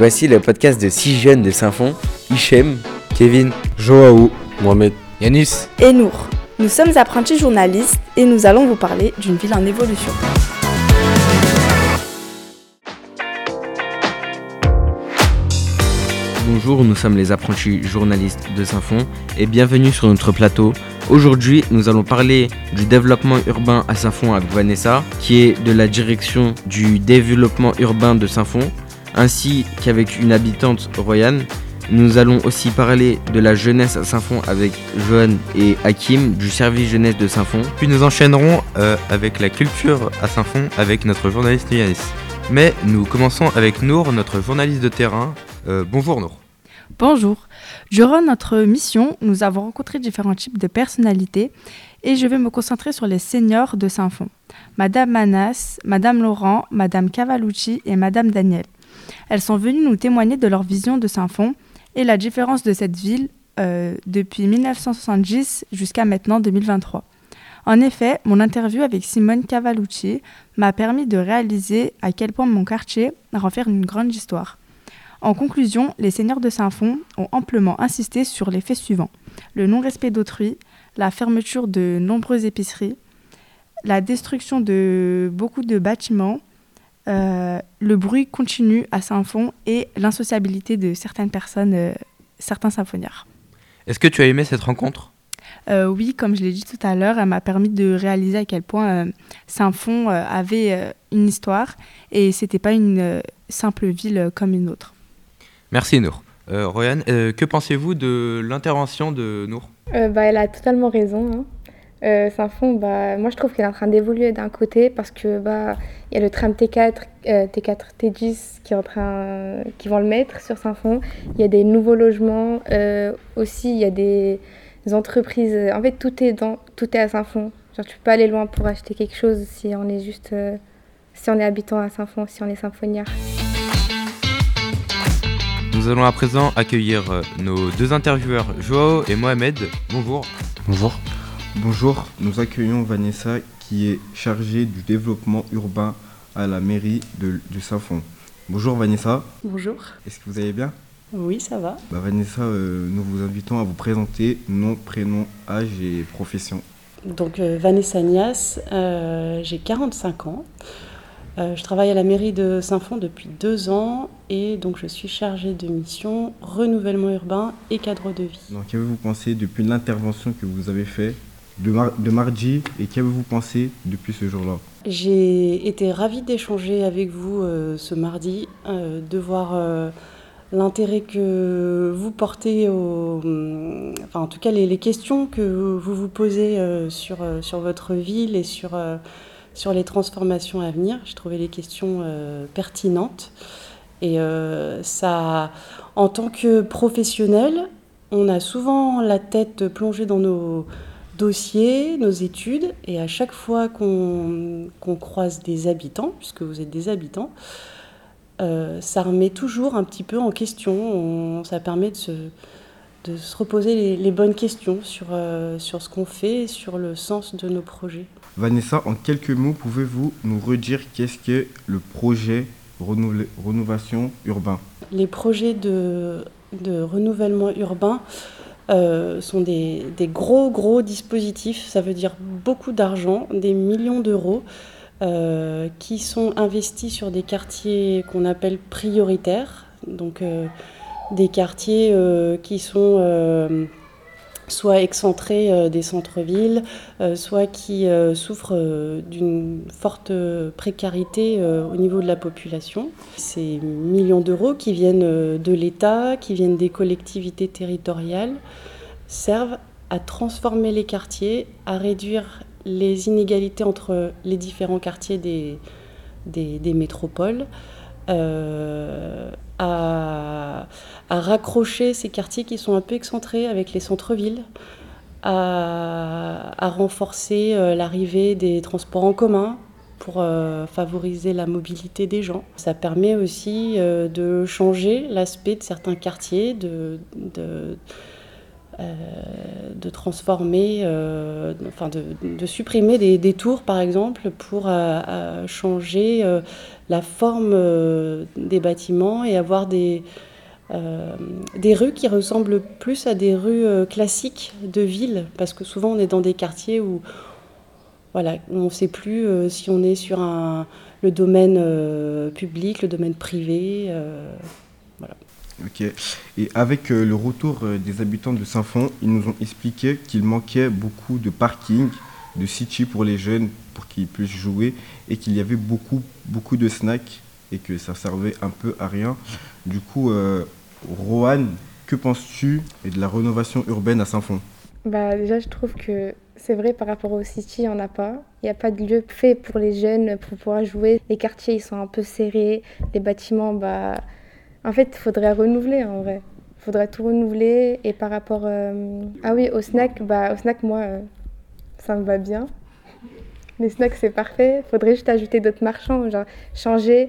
Voici le podcast de 6 jeunes de Saint-Fond, Hichem, Kevin, Joao, Mohamed, Yanis et Nour. Nous sommes apprentis journalistes et nous allons vous parler d'une ville en évolution. Bonjour, nous sommes les apprentis journalistes de Saint-Fond et bienvenue sur notre plateau. Aujourd'hui, nous allons parler du développement urbain à Saint-Fond avec Vanessa, qui est de la direction du développement urbain de Saint-Fond, ainsi qu'avec une habitante, Royane. Nous allons aussi parler de la jeunesse à Saint-Fond avec Johan et Hakim du service jeunesse de Saint-Fond. Puis nous enchaînerons avec la culture à Saint-Fond avec notre journaliste Yanis. Mais nous commençons avec Nour, notre journaliste de terrain. Bonjour Nour. Bonjour. Durant notre mission, nous avons rencontré différents types de personnalités et je vais me concentrer sur les seniors de Saint-Fond. Madame Manas, Madame Laurent, Madame Cavalucci et Madame Daniel. Elles sont venues nous témoigner de leur vision de Saint-Fond et la différence de cette ville depuis 1970 jusqu'à maintenant 2023. En effet, mon interview avec Simone Cavalucci m'a permis de réaliser à quel point mon quartier renferme une grande histoire. En conclusion, les seniors de Saint-Fond ont amplement insisté sur les faits suivants. Le non-respect d'autrui, la fermeture de nombreuses épiceries, la destruction de beaucoup de bâtiments, le bruit continu à Saint-Fond et l'insociabilité de certaines personnes, certains symphoniards. Est-ce que tu as aimé cette rencontre ? Oui, comme je l'ai dit tout à l'heure, elle m'a permis de réaliser à quel point Saint-Fond avait une histoire et c'était pas une simple ville comme une autre. Merci Nour. Royane, que pensez-vous de l'intervention de Nour ? Elle a totalement raison. Saint-Fond, moi je trouve qu'elle est en train d'évoluer d'un côté parce que y a le tram T4, T4, T10 qui vont le mettre sur Saint-Fond. Il y a des nouveaux logements, aussi il y a des entreprises. En fait, tout est à Saint-Fond. Genre, tu peux pas aller loin pour acheter quelque chose si on est si on est habitant à Saint-Fond, si on est symphoniard. Nous allons à présent accueillir nos deux intervieweurs, Joao et Mohamed. Bonjour. Bonjour. Bonjour, nous accueillons Vanessa qui est chargée du développement urbain à la mairie de Saint-Fond. Bonjour Vanessa. Bonjour. Est-ce que vous allez bien ? Oui, ça va. Vanessa, nous vous invitons à vous présenter nom, prénom, âge et profession. Donc Vanessa Nias, j'ai 45 ans. Je travaille à la mairie de Saint-Fond depuis 2 ans et donc je suis chargée de mission renouvellement urbain et cadre de vie. Donc qu'avez-vous pensé depuis l'intervention que vous avez faite de mardi et qu'avez-vous pensé depuis ce jour-là ? J'ai été ravie d'échanger avec vous ce mardi, de voir l'intérêt que vous portez en tout cas les questions que vous vous posez sur votre ville et sur les transformations à venir. J'ai trouvé les questions pertinentes. Et ça, en tant que professionnel, on a souvent la tête plongée dans nos dossiers, nos études. Et à chaque fois qu'on croise des habitants, puisque vous êtes des habitants, ça remet toujours un petit peu en question. Ça permet de se reposer les bonnes questions sur ce qu'on fait et sur le sens de nos projets. Vanessa, en quelques mots, pouvez-vous nous redire qu'est-ce que le projet Renouvellement urbain ? Les projets de renouvellement urbain sont des gros dispositifs, ça veut dire beaucoup d'argent, des millions d'euros qui sont investis sur des quartiers qu'on appelle prioritaires, donc des quartiers qui sont soit excentrés des centres-villes, soit qui souffrent d'une forte précarité au niveau de la population. Ces millions d'euros qui viennent de l'État, qui viennent des collectivités territoriales, servent à transformer les quartiers, à réduire les inégalités entre les différents quartiers des métropoles, à raccrocher ces quartiers qui sont un peu excentrés avec les centres-villes, à renforcer l'arrivée des transports en commun pour favoriser la mobilité des gens. Ça permet aussi de changer l'aspect de certains quartiers, de transformer, de supprimer des tours par exemple pour changer la forme des bâtiments et avoir des rues qui ressemblent plus à des rues classiques de ville, parce que souvent on est dans des quartiers où voilà, on ne sait plus si on est sur le domaine public, le domaine privé. Voilà. Ok. Et avec le retour des habitants de Saint-Fond, ils nous ont expliqué qu'il manquait beaucoup de parking, de city pour les jeunes, pour qu'ils puissent jouer, et qu'il y avait beaucoup de snacks, et que ça servait un peu à rien. Du coup, Rohan, que penses-tu de la rénovation urbaine à Saint-Fond? Bah, déjà, je trouve que c'est vrai par rapport au city, il n'y en a pas. Il n'y a pas de lieu fait pour les jeunes pour pouvoir jouer. Les quartiers, ils sont un peu serrés. Les bâtiments, bah, en fait, il faudrait renouveler en vrai. Il faudrait tout renouveler. Et par rapport ah oui, au snack, moi, ça me va bien. Les snacks, c'est parfait. Il faudrait juste ajouter d'autres marchands, genre changer,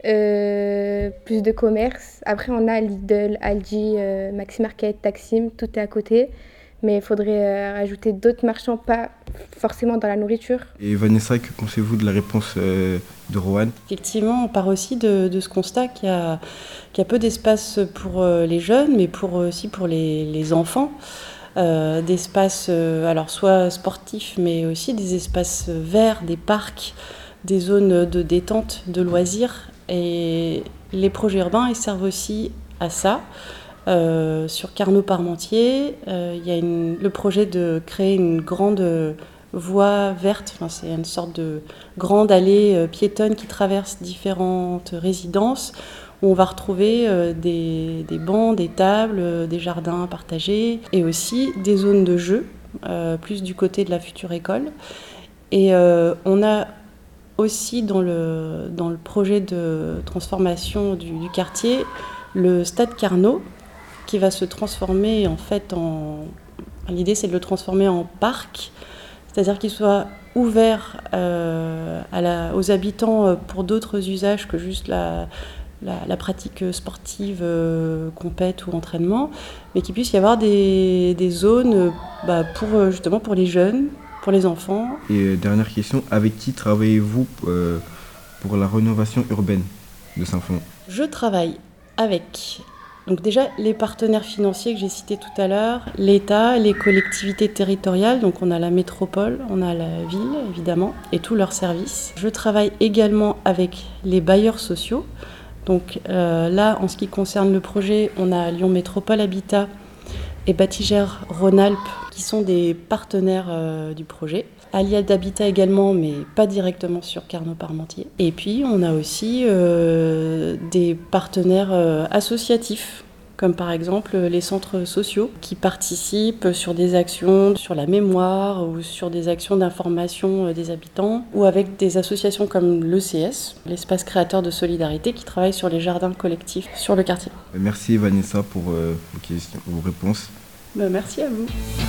plus de commerce. Après, on a Lidl, Aldi, Maxi Market, Taksim, tout est à côté. Mais il faudrait rajouter d'autres marchands, pas forcément dans la nourriture. Et Vanessa, que pensez-vous de la réponse de Rohan? Effectivement, on part aussi de ce constat qu'il y a peu d'espace pour les jeunes, mais aussi pour les enfants. D'espaces, alors soit sportifs, mais aussi des espaces verts, des parcs, des zones de détente, de loisirs. Et les projets urbains, ils servent aussi à ça. Sur Carnot-Parmentier, il y a le projet de créer une grande voie verte, c'est une sorte de grande allée piétonne qui traverse différentes résidences, où on va retrouver des bancs, des tables, des jardins partagés, et aussi des zones de jeu, plus du côté de la future école. Et on a aussi dans le projet de transformation du quartier, le stade Carnot, qui va se transformer en fait l'idée c'est de le transformer en parc, c'est-à-dire qu'il soit ouvert aux habitants pour d'autres usages que juste la pratique sportive, compète ou entraînement, mais qu'il puisse y avoir des zones justement pour les jeunes, pour les enfants. Et dernière question, avec qui travaillez-vous pour la rénovation urbaine de Saint-Fond? Je travaille avec donc déjà les partenaires financiers que j'ai cités tout à l'heure, l'État, les collectivités territoriales, donc on a la métropole, on a la ville évidemment et tous leurs services. Je travaille également avec les bailleurs sociaux. Donc là, en ce qui concerne le projet, on a Lyon Métropole Habitat et Bâtigères Rhône-Alpes qui sont des partenaires du projet. Aliade Habitat également, mais pas directement sur Carnot-Parmentier. Et puis on a aussi des partenaires associatifs, comme par exemple les centres sociaux, qui participent sur des actions sur la mémoire ou sur des actions d'information des habitants, ou avec des associations comme l'ECS, l'espace créateur de solidarité, qui travaille sur les jardins collectifs sur le quartier. Merci Vanessa pour vos réponses. Merci à vous.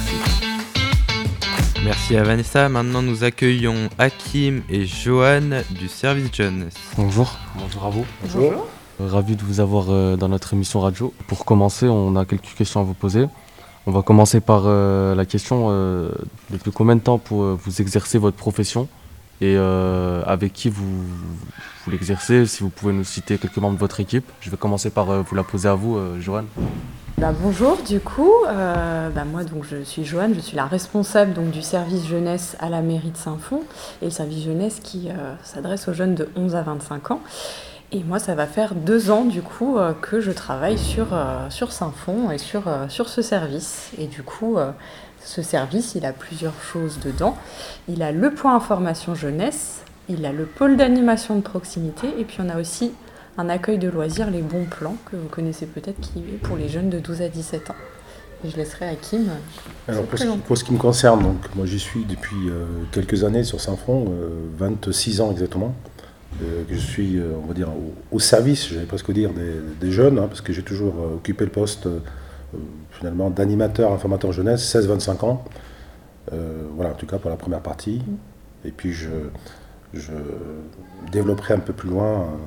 Merci à Vanessa. Maintenant, nous accueillons Hakim et Johan du service jeunesse. Bonjour à vous. Bonjour. Ravi de vous avoir dans notre émission radio. Pour commencer, on a quelques questions à vous poser. On va commencer par la question depuis combien de temps vous exercez votre profession et avec qui vous l'exercez, si vous pouvez nous citer quelques membres de votre équipe. Je vais commencer par vous la poser à vous, Johan. Bonjour, du coup, moi donc, je suis Joanne, je suis la responsable donc, du service jeunesse à la mairie de Saint-Fond, et le service jeunesse qui s'adresse aux jeunes de 11 à 25 ans. Et moi, ça va faire 2 ans du coup que je travaille sur Saint-Fond et sur ce service. Et du coup, ce service, il a plusieurs choses dedans. Il a le point information jeunesse, il a le pôle d'animation de proximité, et puis on a aussi un accueil de loisirs, les bons plans, que vous connaissez peut-être, qui est pour les jeunes de 12 à 17 ans. Et je laisserai Hakim. Alors pour ce qui me concerne, donc, moi j'y suis depuis quelques années sur Saint-Fond, 26 ans exactement. Je suis, on va dire, au service, j'allais presque dire, des jeunes, parce que j'ai toujours occupé le poste finalement d'animateur, informateur jeunesse, 16-25 ans. Voilà, en tout cas pour la première partie. Et puis je développerai un peu plus loin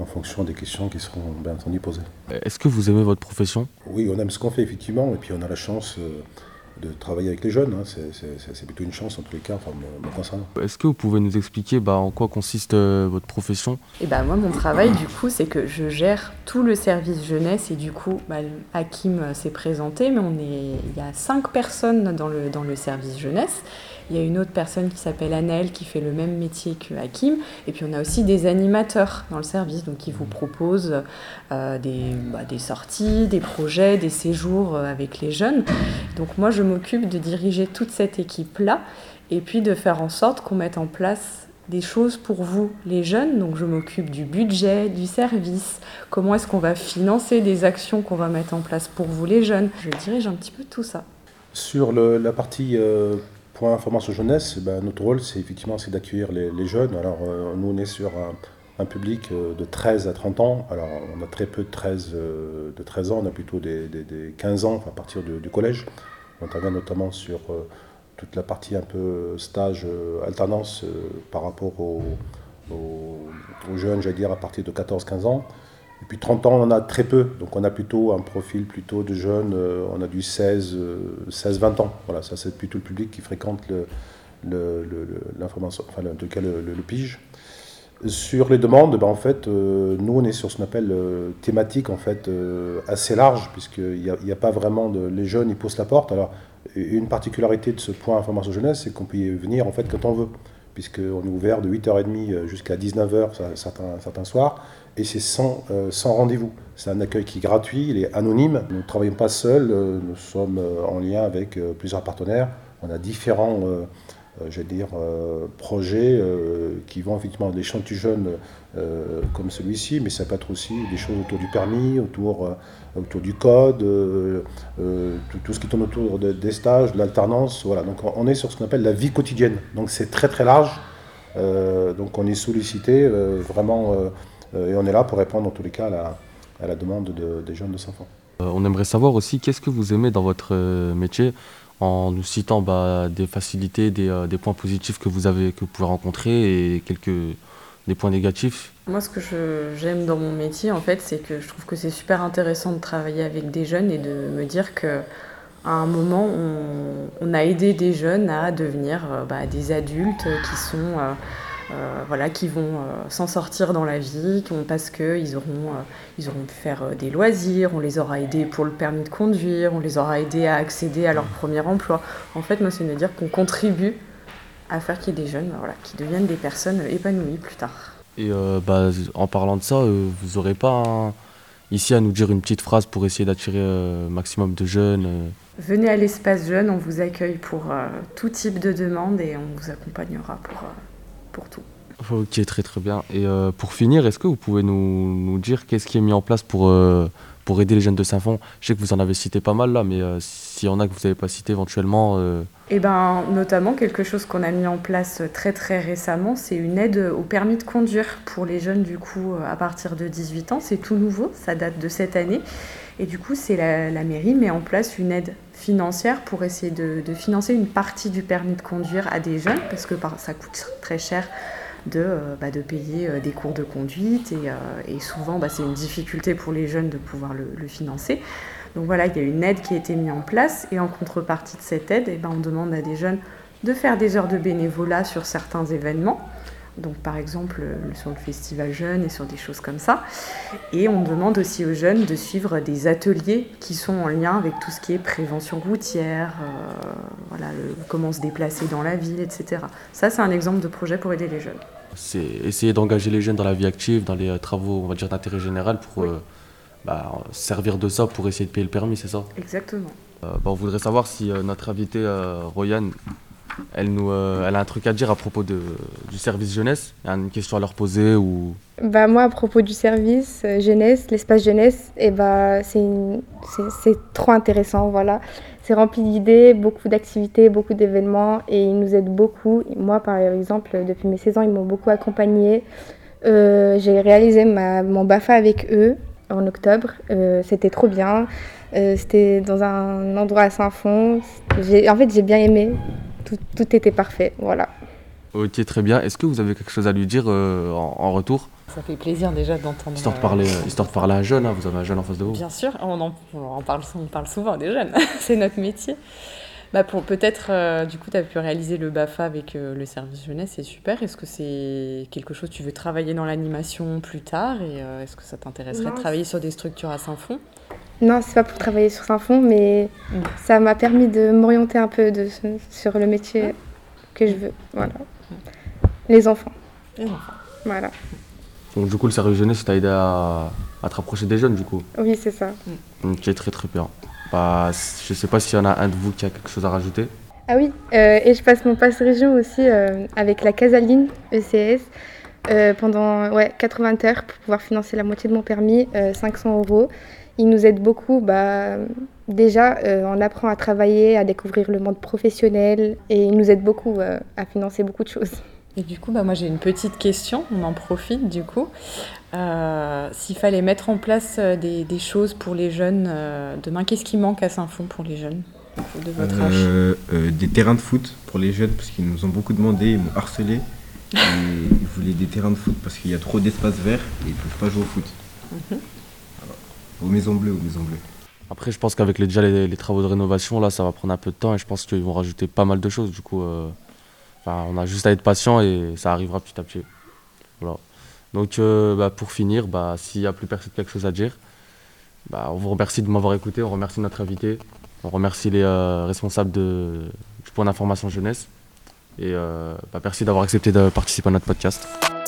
en fonction des questions qui seront bien entendu posées. Est-ce que vous aimez votre profession? Oui, on aime ce qu'on fait effectivement, et puis on a la chance de travailler avec les jeunes. C'est plutôt une chance en tous les cas, me concernant. Est-ce que vous pouvez nous expliquer en quoi consiste votre profession? Et moi, mon travail, du coup, c'est que je gère tout le service jeunesse. Et du coup, Hakim s'est présenté, mais il y a 5 personnes dans le service jeunesse. Il y a une autre personne qui s'appelle Anaëlle qui fait le même métier que Hakim. Et puis on a aussi des animateurs dans le service, donc qui vous proposent des sorties, des projets, des séjours avec les jeunes. Donc moi je m'occupe de diriger toute cette équipe-là et puis de faire en sorte qu'on mette en place des choses pour vous, les jeunes. Donc je m'occupe du budget, du service, comment est-ce qu'on va financer des actions qu'on va mettre en place pour vous, les jeunes. Je dirige un petit peu tout ça. Sur la partie point information jeunesse, notre rôle c'est d'accueillir les jeunes. Alors nous on est sur un public de 13 à 30 ans. Alors on a très peu de 13 ans, on a plutôt des 15 ans à partir du collège. On intervient notamment sur toute la partie un peu stage, alternance par rapport aux jeunes, j'allais dire à partir de 14-15 ans. Et puis 30 ans, on en a très peu, donc on a plutôt un profil plutôt de jeunes, on a du 16-20 ans. Voilà, ça c'est plutôt le public qui fréquente l'information, enfin en tout cas le pige. Sur les demandes, en fait, nous on est sur ce qu'on appelle thématique en fait assez large, puisqu'il n'y a pas vraiment les jeunes, ils poussent la porte. Alors une particularité de ce point information jeunesse, c'est qu'on peut y venir en fait quand on veut, puisqu'on est ouvert de 8h30 jusqu'à 19h certains soirs, et c'est sans rendez-vous. C'est un accueil qui est gratuit, il est anonyme. Nous ne travaillons pas seuls, nous sommes en lien avec plusieurs partenaires. On a différents projets qui vont effectivement des chantiers jeunes comme celui-ci, mais ça peut être aussi des choses autour du permis, autour du code, tout ce qui tourne autour des stages, de l'alternance. Voilà. Donc on est sur ce qu'on appelle la vie quotidienne. Donc c'est très très large. Donc on est sollicité vraiment et on est là pour répondre en tous les cas à la demande des jeunes de Saint-Fond. On aimerait savoir aussi qu'est-ce que vous aimez dans votre métier, en nous citant des facilités, des points positifs que vous pouvez rencontrer et des points négatifs. Moi, ce que j'aime dans mon métier, en fait, c'est que je trouve que c'est super intéressant de travailler avec des jeunes et de me dire qu'à un moment, on a aidé des jeunes à devenir des adultes qui sont... qui vont s'en sortir dans la vie, parce qu'ils auront pu faire des loisirs, on les aura aidés pour le permis de conduire, on les aura aidés à accéder à leur premier emploi. En fait, moi, c'est de dire qu'on contribue à faire qu'il y ait des jeunes qui deviennent des personnes épanouies plus tard. Et en parlant de ça, vous n'aurez pas ici à nous dire une petite phrase pour essayer d'attirer un maximum de jeunes Venez à l'espace jeune, on vous accueille pour tout type de demande et on vous accompagnera pour tout. Ok, très très bien. Et pour finir, est-ce que vous pouvez nous dire qu'est-ce qui est mis en place pour aider les jeunes de Saint-Fond? Je sais que vous en avez cité pas mal là, mais s'il y en a que vous n'avez pas cité éventuellement... Notamment quelque chose qu'on a mis en place très très récemment, c'est une aide au permis de conduire pour les jeunes du coup à partir de 18 ans. C'est tout nouveau, ça date de cette année. Et du coup, c'est la mairie met en place une aide financière pour essayer de financer une partie du permis de conduire à des jeunes, parce que ça coûte très cher de payer des cours de conduite et souvent c'est une difficulté pour les jeunes de pouvoir le financer. Donc voilà, il y a une aide qui a été mise en place et en contrepartie de cette aide, on demande à des jeunes de faire des heures de bénévolat sur certains événements. Donc par exemple sur le festival jeune et sur des choses comme ça. Et on demande aussi aux jeunes de suivre des ateliers qui sont en lien avec tout ce qui est prévention routière, comment se déplacer dans la ville, etc. Ça, c'est un exemple de projet pour aider les jeunes. C'est essayer d'engager les jeunes dans la vie active, dans les travaux, on va dire, d'intérêt général pour servir de ça pour essayer de payer le permis, c'est ça? Exactement. On voudrait savoir si notre invitée, Royane, elle a un truc à dire à propos du service jeunesse. Il y a une question à leur poser ou... Moi, à propos du service jeunesse, l'espace jeunesse, c'est trop intéressant, voilà. C'est rempli d'idées, beaucoup d'activités, beaucoup d'événements et ils nous aident beaucoup. Moi, par exemple, depuis mes 16 ans, ils m'ont beaucoup accompagnée. J'ai réalisé mon BAFA avec eux en octobre. C'était trop bien. C'était dans un endroit à Saint-Fond. J'ai bien aimé. Tout était parfait, voilà. Ok, très bien. Est-ce que vous avez quelque chose à lui dire en retour? Ça fait plaisir déjà d'entendre... Histoire de parler à un jeune, hein, vous avez un jeune en face de vous. Bien sûr, on parle souvent des jeunes, c'est notre métier. Peut-être, du coup, tu as pu réaliser le BAFA avec le service jeunesse, c'est super. Est-ce que c'est quelque chose, tu veux travailler dans l'animation plus tard et est-ce que ça t'intéresserait de travailler sur des structures à Saint-Fond ? Non, c'est pas pour travailler sur Saint-Fond, mais ça m'a permis de m'orienter un peu sur le métier que je veux. Voilà. Les enfants. Voilà. Donc du coup, le service jeunesse t'a aidé à te rapprocher des jeunes, du coup. Oui, c'est ça. Ok, très très bien. Je sais pas s'il y en a un de vous qui a quelque chose à rajouter. Ah oui, et je passe mon passe région aussi avec la Casaline ECS pendant 80 heures pour pouvoir financer la moitié de mon permis, 500 €. Ils nous aident beaucoup. Déjà, on apprend à travailler, à découvrir le monde professionnel et ils nous aident beaucoup à financer beaucoup de choses. Et du coup, moi j'ai une petite question, on en profite du coup. S'il fallait mettre en place des choses pour les jeunes demain, qu'est-ce qui manque à Saint-Fond pour les jeunes de votre âge ? Des terrains de foot pour les jeunes, parce qu'ils nous ont beaucoup demandé, ils m'ont harcelé. Et ils voulaient des terrains de foot parce qu'il y a trop d'espace vert et ils ne peuvent pas jouer au foot. Voilà. Aux Maisons Bleues. Après, je pense qu'avec les travaux de rénovation, là, ça va prendre un peu de temps et je pense qu'ils vont rajouter pas mal de choses. Du coup, on a juste à être patient et ça arrivera petit à petit. Voilà. Donc, pour finir, s'il n'y a plus personne quelque chose à dire, on vous remercie de m'avoir écouté, on remercie notre invité, on remercie les responsables du point d'information jeunesse et merci d'avoir accepté de participer à notre podcast.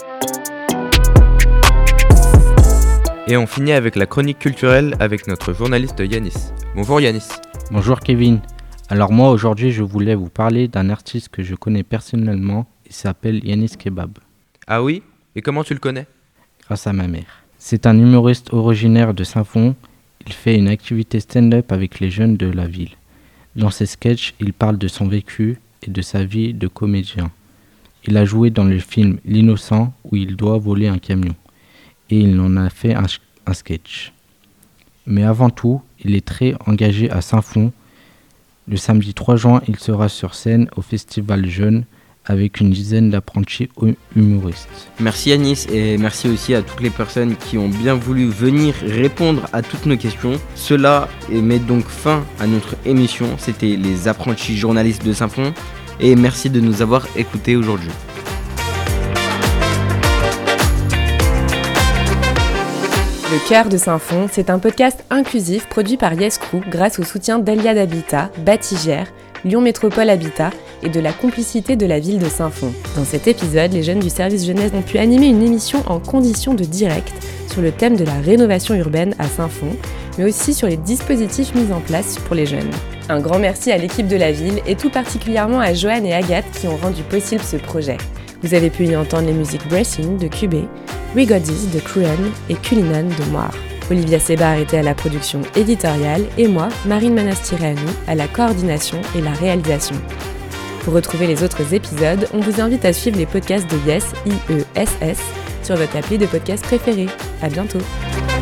Et on finit avec la chronique culturelle avec notre journaliste Yanis. Bonjour Yanis. Bonjour Kevin. Alors moi aujourd'hui je voulais vous parler d'un artiste que je connais personnellement, il s'appelle Yanis Kebab. Ah oui ? Et comment tu le connais ? Grâce à ma mère. C'est un humoriste originaire de Saint-Fond, il fait une activité stand-up avec les jeunes de la ville. Dans ses sketchs, il parle de son vécu et de sa vie de comédien. Il a joué dans le film L'Innocent où il doit voler un camion. Et il en a fait un sketch. Mais avant tout, il est très engagé à Saint-Fond. Le samedi 3 juin, il sera sur scène au Festival Jeunes avec une dizaine d'apprentis humoristes. Merci Yanis et merci aussi à toutes les personnes qui ont bien voulu venir répondre à toutes nos questions. Cela met donc fin à notre émission. C'était les apprentis journalistes de Saint-Fond et merci de nous avoir écoutés aujourd'hui. Le Cœur de Saint-Fond, c'est un podcast inclusif produit par Yes Crew grâce au soutien d'Aliade Habitat, Batigère, Lyon Métropole Habitat et de la complicité de la ville de Saint-Fond. Dans cet épisode, les jeunes du service jeunesse ont pu animer une émission en conditions de direct sur le thème de la rénovation urbaine à Saint-Fond, mais aussi sur les dispositifs mis en place pour les jeunes. Un grand merci à l'équipe de la ville et tout particulièrement à Joanne et Agathe qui ont rendu possible ce projet. Vous avez pu y entendre les musiques Bracing de Cubé, We Got This de Cruan et Culinan de Moire. Olivia Sebar était à la production éditoriale et moi, Marine Manastireanu, à la coordination et la réalisation. Pour retrouver les autres épisodes, on vous invite à suivre les podcasts de Yes, IESS, sur votre appli de podcast préféré. À bientôt!